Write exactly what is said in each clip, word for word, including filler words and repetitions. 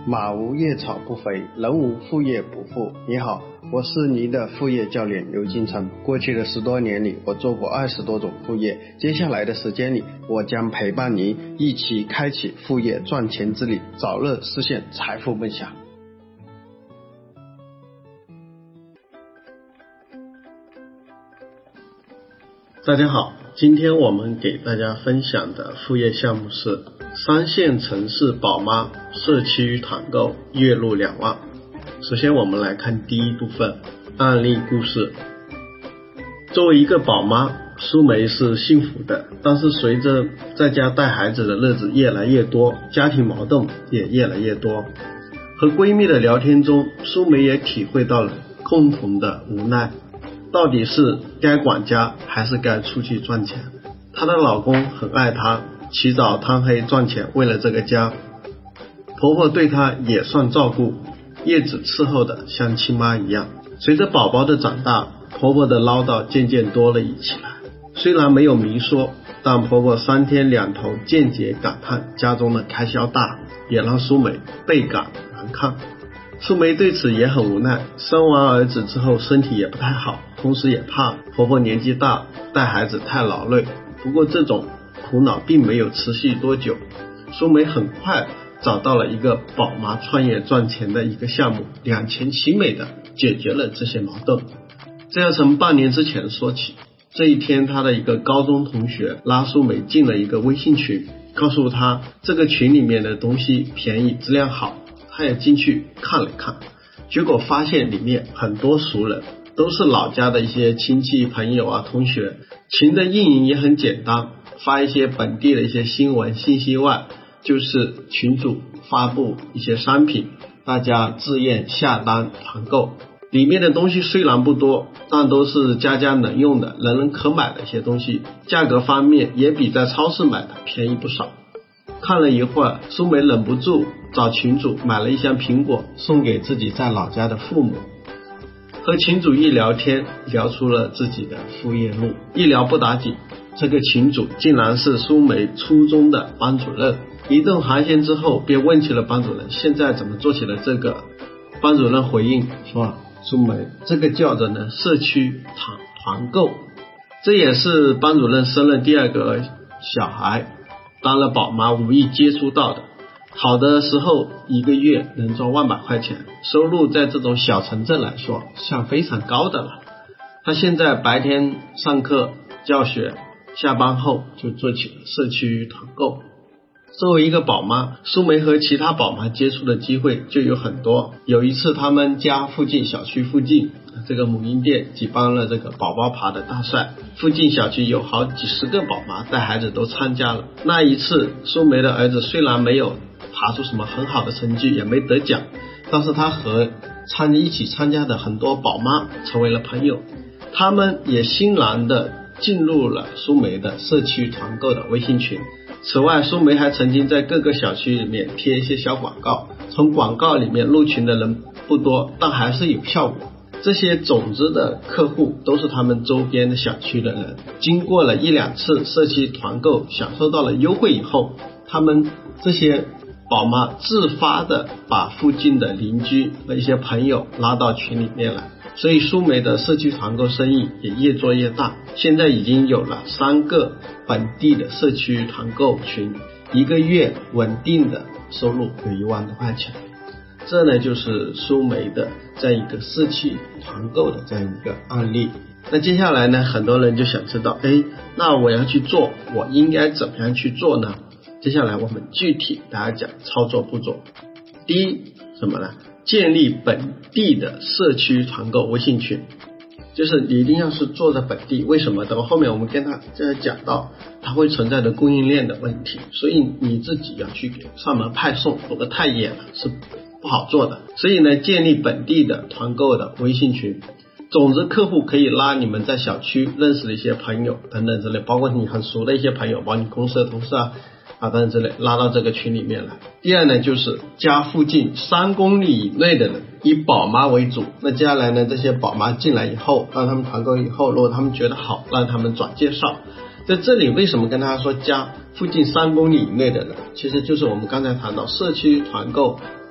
马无夜草不肥，人无副业不富。你好，我是您的副业教练刘金成。过去的十多年里，我做过二十多种副业，接下来的时间里，我将陪伴您一起开启副业赚钱之旅，早日实现财富梦想。大家好，今天我们给大家分享的副业项目是三线城市宝妈社区团购月入两万。首先我们来看第一部分案例故事。作为一个宝妈，苏梅是幸福的，但是随着在家带孩子的日子越来越多，家庭矛盾也越来越多。和闺蜜的聊天中，苏梅也体会到了共同的无奈，到底是该管家还是该出去赚钱。她的老公很爱她，起早贪黑赚钱，为了这个家。婆婆对她也算照顾，叶子伺候的像亲妈一样。随着宝宝的长大，婆婆的唠叨渐渐多了起来。虽然没有明说，但婆婆三天两头间接感叹家中的开销大，也让苏梅倍感难堪。苏梅对此也很无奈，生完儿子之后身体也不太好，同时也怕婆婆年纪大带孩子太劳累。不过这种苦恼并没有持续多久，苏梅很快找到了一个宝妈创业赚钱的一个项目，两全其美的解决了这些矛盾。这要从半年之前说起。这一天，她的一个高中同学拉苏梅进了一个微信群，告诉她这个群里面的东西便宜质量好。她也进去看了看，结果发现里面很多熟人，都是老家的一些亲戚朋友啊同学。群的运营也很简单，发一些本地的一些新闻信息外，就是群主发布一些商品，大家自愿下单团购。里面的东西虽然不多，但都是家家能用的，人人可买的一些东西，价格方面也比在超市买的便宜不少。看了一会儿，苏梅忍不住找群主买了一箱苹果送给自己在老家的父母。和群主一聊天，聊出了自己的副业路。一聊不打紧，这个群主竟然是苏梅初中的班主任。一顿寒暄之后，便问起了班主任现在怎么做起了这个。班主任回应说，苏梅，这个叫着呢社区团团购。这也是班主任生了第二个小孩，当了宝妈无意接触到的。好的时候一个月能赚万把块钱，收入在这种小城镇来说算非常高的了。他现在白天上课教学，下班后就做起了社区团购。作为一个宝妈，苏梅和其他宝妈接触的机会就有很多。有一次他们家附近小区附近这个母婴店举办了这个宝宝爬的大赛，附近小区有好几十个宝妈带孩子都参加了。那一次苏梅的儿子虽然没有爬出什么很好的成绩，也没得奖，但是他和参一起参加的很多宝妈成为了朋友，他们也欣然的进入了苏梅的社区团购的微信群。此外，苏梅还曾经在各个小区里面贴一些小广告，从广告里面入群的人不多，但还是有效果。这些种子的客户都是他们周边的小区的人，经过了一两次社区团购，享受到了优惠以后，他们这些宝妈自发的把附近的邻居和一些朋友拉到群里面来，所以苏梅的社区团购生意也越做越大。现在已经有了三个本地的社区团购群，一个月稳定的收入有一万多块钱。这呢就是苏梅的这一个社区团购的这样一个案例。那接下来呢，很多人就想知道，哎，那我要去做，我应该怎么样去做呢？接下来我们具体大家讲操作步骤。第一，什么呢？建立本地的社区团购微信群，就是你一定要是做在本地。为什么？等后面我们跟他这讲到它会存在的供应链的问题，所以你自己要去上门派送，否则太远了是不好做的。所以呢，建立本地的团购的微信群，种子客户可以拉你们在小区认识的一些朋友等等之类，包括你很熟的一些朋友，包括你公司的同事啊啊等等之类，拉到这个群里面来。第二呢，就是加附近三公里以内的人，以宝妈为主。那接下来呢，这些宝妈进来以后，让他们团购以后，如果他们觉得好，让他们转介绍。在这里为什么跟大家说加附近三公里以内的人，其实就是我们刚才谈到社区团购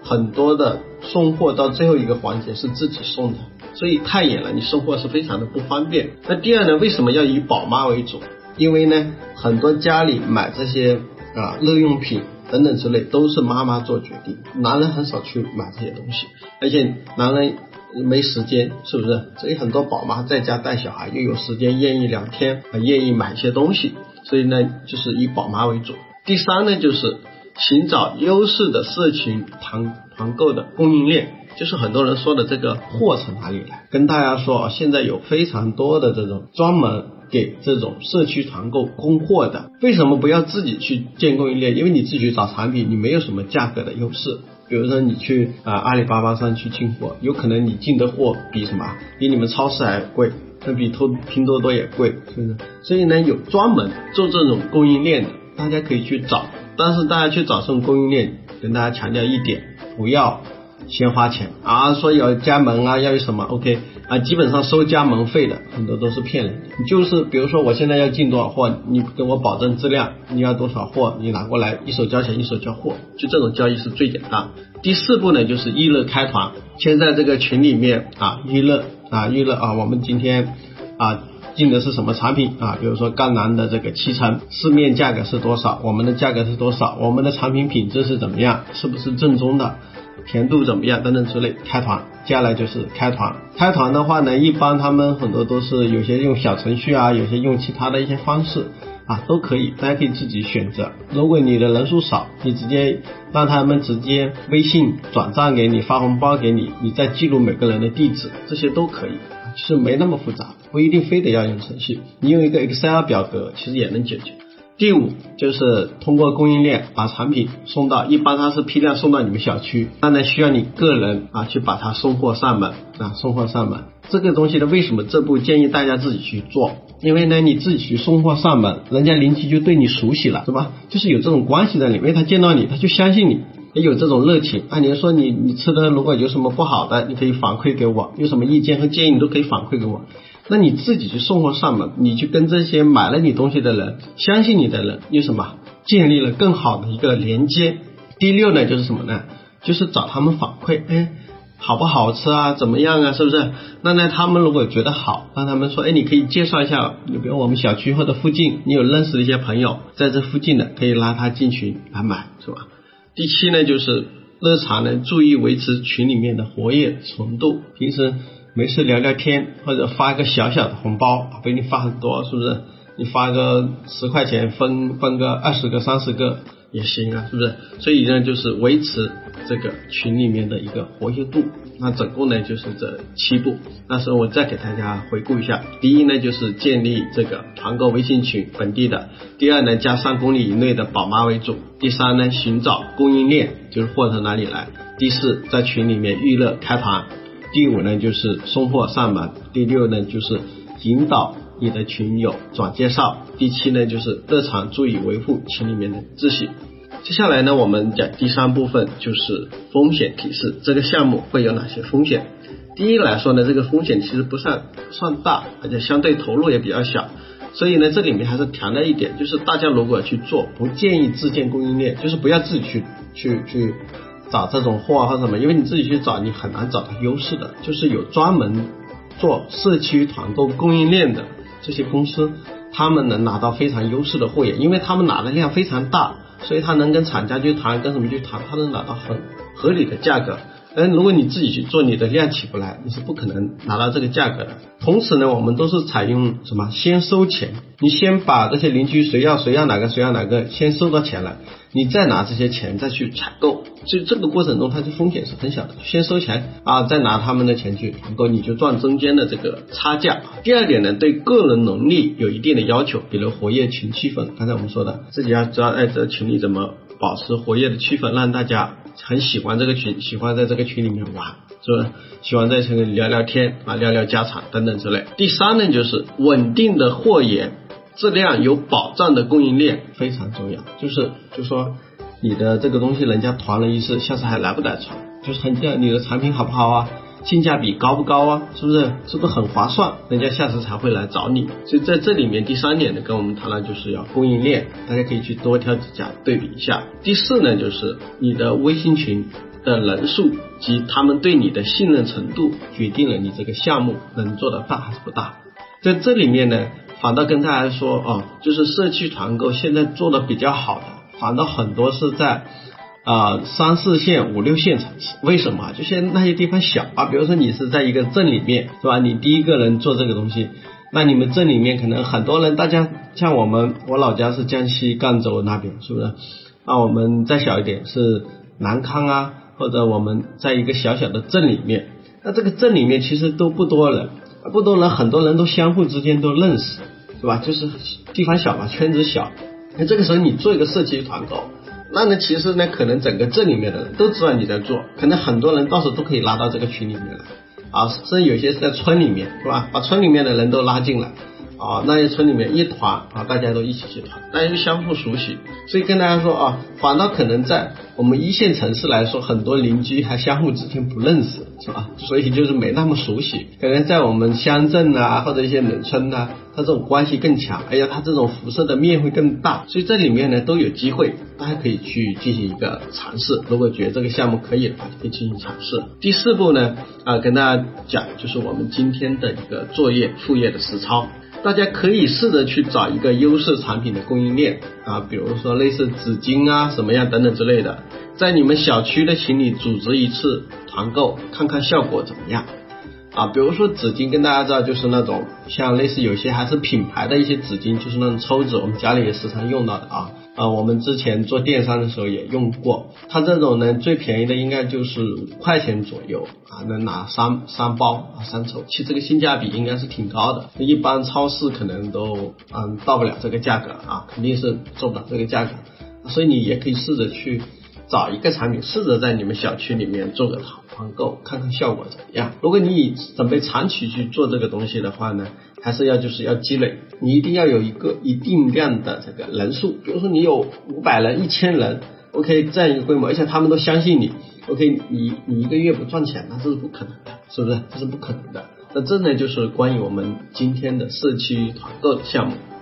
很多的送货到最后一个环节是自己送的，所以太远了，你送货是非常的不方便。那第二呢，为什么要以宝妈为主？因为呢，很多家里买这些啊日用品等等之类都是妈妈做决定，男人很少去买这些东西，而且男人没时间，是不是？所以很多宝妈在家带小孩，又有时间愿意聊天，愿意买一些东西，所以呢就是以宝妈为主。第三呢，就是寻找优势的社群团团购的供应链，就是很多人说的这个货从哪里来。跟大家说，现在有非常多的这种专门给这种社区团购供货的。为什么不要自己去建供应链？因为你自己去找产品，你没有什么价格的优势。比如说你去啊、呃、阿里巴巴上去进货，有可能你进的货比什么比你们超市还贵，那比拼多多也贵，是不是？所以呢，有专门做这种供应链的，大家可以去找。但是大家去找这种供应链，跟大家强调一点，不要先花钱啊，说有加盟啊，要有什么 OK 啊，基本上收加盟费的很多都是骗人的。你就是比如说我现在要进多少货，你跟我保证质量，你要多少货你拿过来，一手交钱一手交货，就这种交易是最简单。第四步呢，就是预热开团，先在这个群里面啊预热啊预热啊，我们今天啊进的是什么产品啊？比如说赣南的这个七成，市面价格是多少？我们的价格是多少？我们的产品品质是怎么样？是不是正宗的？甜度怎么样？等等之类。开团，接下来就是开团。开团的话呢，一般他们很多都是有些用小程序啊，有些用其他的一些方式啊，都可以，大家可以自己选择。如果你的人数少，你直接让他们直接微信转账给你，发红包给你，你再记录每个人的地址，这些都可以。其实没那么复杂，不一定非得要用程序，你用一个 Excel 表格其实也能解决。第五就是通过供应链把产品送到，一般它是批量送到你们小区，当然需要你个人啊去把它送货上门啊送货上门。这个东西呢，为什么这步建议大家自己去做？因为呢，你自己去送货上门，人家邻居就对你熟悉了，是吧？就是有这种关系在里面，因为他见到你，他就相信你。也有这种热情啊，你说你你吃的如果有什么不好的，你可以反馈给我，有什么意见和建议你都可以反馈给我。那你自己去送货上门，你去跟这些买了你东西的人，相信你的人，有什么建立了更好的一个连接。第六呢，就是什么呢？就是找他们反馈，哎，好不好吃啊，怎么样啊，是不是？那呢，他们如果觉得好，让他们说，哎，你可以介绍一下，你比如我们小区或者附近，你有认识的一些朋友在这附近的，可以拉他进群来买，是吧？第七呢，就是日常呢注意维持群里面的活跃程度，平时没事聊聊天，或者发个小小的红包，不一定发很多，是不是？你发个十块钱分分个二十个三十个也行啊，是不是？所以呢，就是维持这个群里面的一个活跃度。那总共呢就是这七步。那时候我再给大家回顾一下，第一呢就是建立这个团购微信群，本地的。第二呢，加三公里以内的宝妈为主。第三呢，寻找供应链，就是货从哪里来。第四，在群里面预热开团。第五呢，就是送货上门。第六呢，就是引导你的群友转介绍。第七呢，就是日常注意维护群里面的秩序。接下来呢，我们讲第三部分，就是风险提示，这个项目会有哪些风险。第一来说呢，这个风险其实不算算大，而且相对投入也比较小，所以呢，这里面还是强调一点，就是大家如果去做，不建议自建供应链，就是不要自己去去去找这种货或什么，因为你自己去找，你很难找到优势的。就是有专门做社区团购供应链的这些公司，他们能拿到非常优势的货源，因为他们拿的量非常大，所以他能跟厂家去谈，跟什么去谈，他能拿到很合理的价格。但如果你自己去做，你的量起不来，你是不可能拿到这个价格的。同时呢，我们都是采用什么？先收钱，你先把这些邻居谁要谁要哪个谁要哪个先收到钱了，你再拿这些钱再去采购。所以这个过程中它的风险是很小的，先收钱啊，再拿他们的钱去团购，你就赚中间的这个差价。第二点呢，对个人能力有一定的要求，比如活跃群气氛，刚才我们说的，自己要知道哎，这群里怎么保持活跃的气氛，让大家很喜欢这个群，喜欢在这个群里面玩，是吧？喜欢在群里聊聊天啊，聊聊家常等等之类。第三呢，就是稳定的货源，质量有保障的供应链非常重要。就是就说你的这个东西人家团了一次，下次还来不来传，就是很这样，你的产品好不好啊，性价比高不高啊，是不是是不是很划算，人家下次才会来找你。所以在这里面第三点呢，跟我们谈了就是要供应链，大家可以去多挑几家对比一下。第四呢，就是你的微信群的人数及他们对你的信任程度，决定了你这个项目能做得大还是不大。在这里面呢，反倒跟大家说哦，就是社区团购现在做的比较好的，反倒很多是在啊、呃、三四线、五六线城市。为什么？就现在那些地方小啊，比如说你是在一个镇里面，是吧？你第一个人做这个东西，那你们镇里面可能很多人，大家像我们，我老家是江西赣州那边，是不是？那我们再小一点是南康啊，或者我们在一个小小的镇里面，那这个镇里面其实都不多人，不多人，很多人都相互之间都认识，是吧？就是地方小嘛，圈子小。那这个时候你做一个社区团购，那呢其实呢可能整个镇里面的人都知道你在做，可能很多人到时候都可以拉到这个群里面来啊，甚至有些是在村里面，是吧？把村里面的人都拉进来啊，那些村里面一团啊，大家都一起去团，大家就相互熟悉。所以跟大家说啊，反倒可能在我们一线城市来说，很多邻居还相互之间不认识，是吧？所以就是没那么熟悉。可能在我们乡镇啊，或者一些农村啊，它这种关系更强，哎呀，它这种辐射的面会更大。所以这里面呢都有机会，大家可以去进行一个尝试。如果觉得这个项目可以的话，就可以进行尝试。第四步呢，啊，跟大家讲就是我们今天的一个作业副业的实操。大家可以试着去找一个优势产品的供应链啊，比如说类似纸巾啊什么样等等之类的，在你们小区的群里组织一次团购，看看效果怎么样啊。比如说纸巾，跟大家知道就是那种像类似有些还是品牌的一些纸巾，就是那种抽纸，我们家里也时常用到的啊。啊，我们之前做电商的时候也用过，它这种呢最便宜的应该就是五块钱左右啊，能拿三三包啊三抽，其实这个性价比应该是挺高的，一般超市可能都嗯到不了这个价格啊，肯定是做不了这个价格，所以你也可以试着去找一个产品，试着在你们小区里面做个团购，看看效果怎么样。如果你准备长期去做这个东西的话呢，还是要就是要积累，你一定要有一个一定量的这个人数，比如说你有五百人、一千人 ，OK 这样一个规模，而且他们都相信你 ，OK 你你一个月不赚钱，那这是不可能的，是不是？这是不可能的。那这呢就是关于我们今天的社区团购的项目。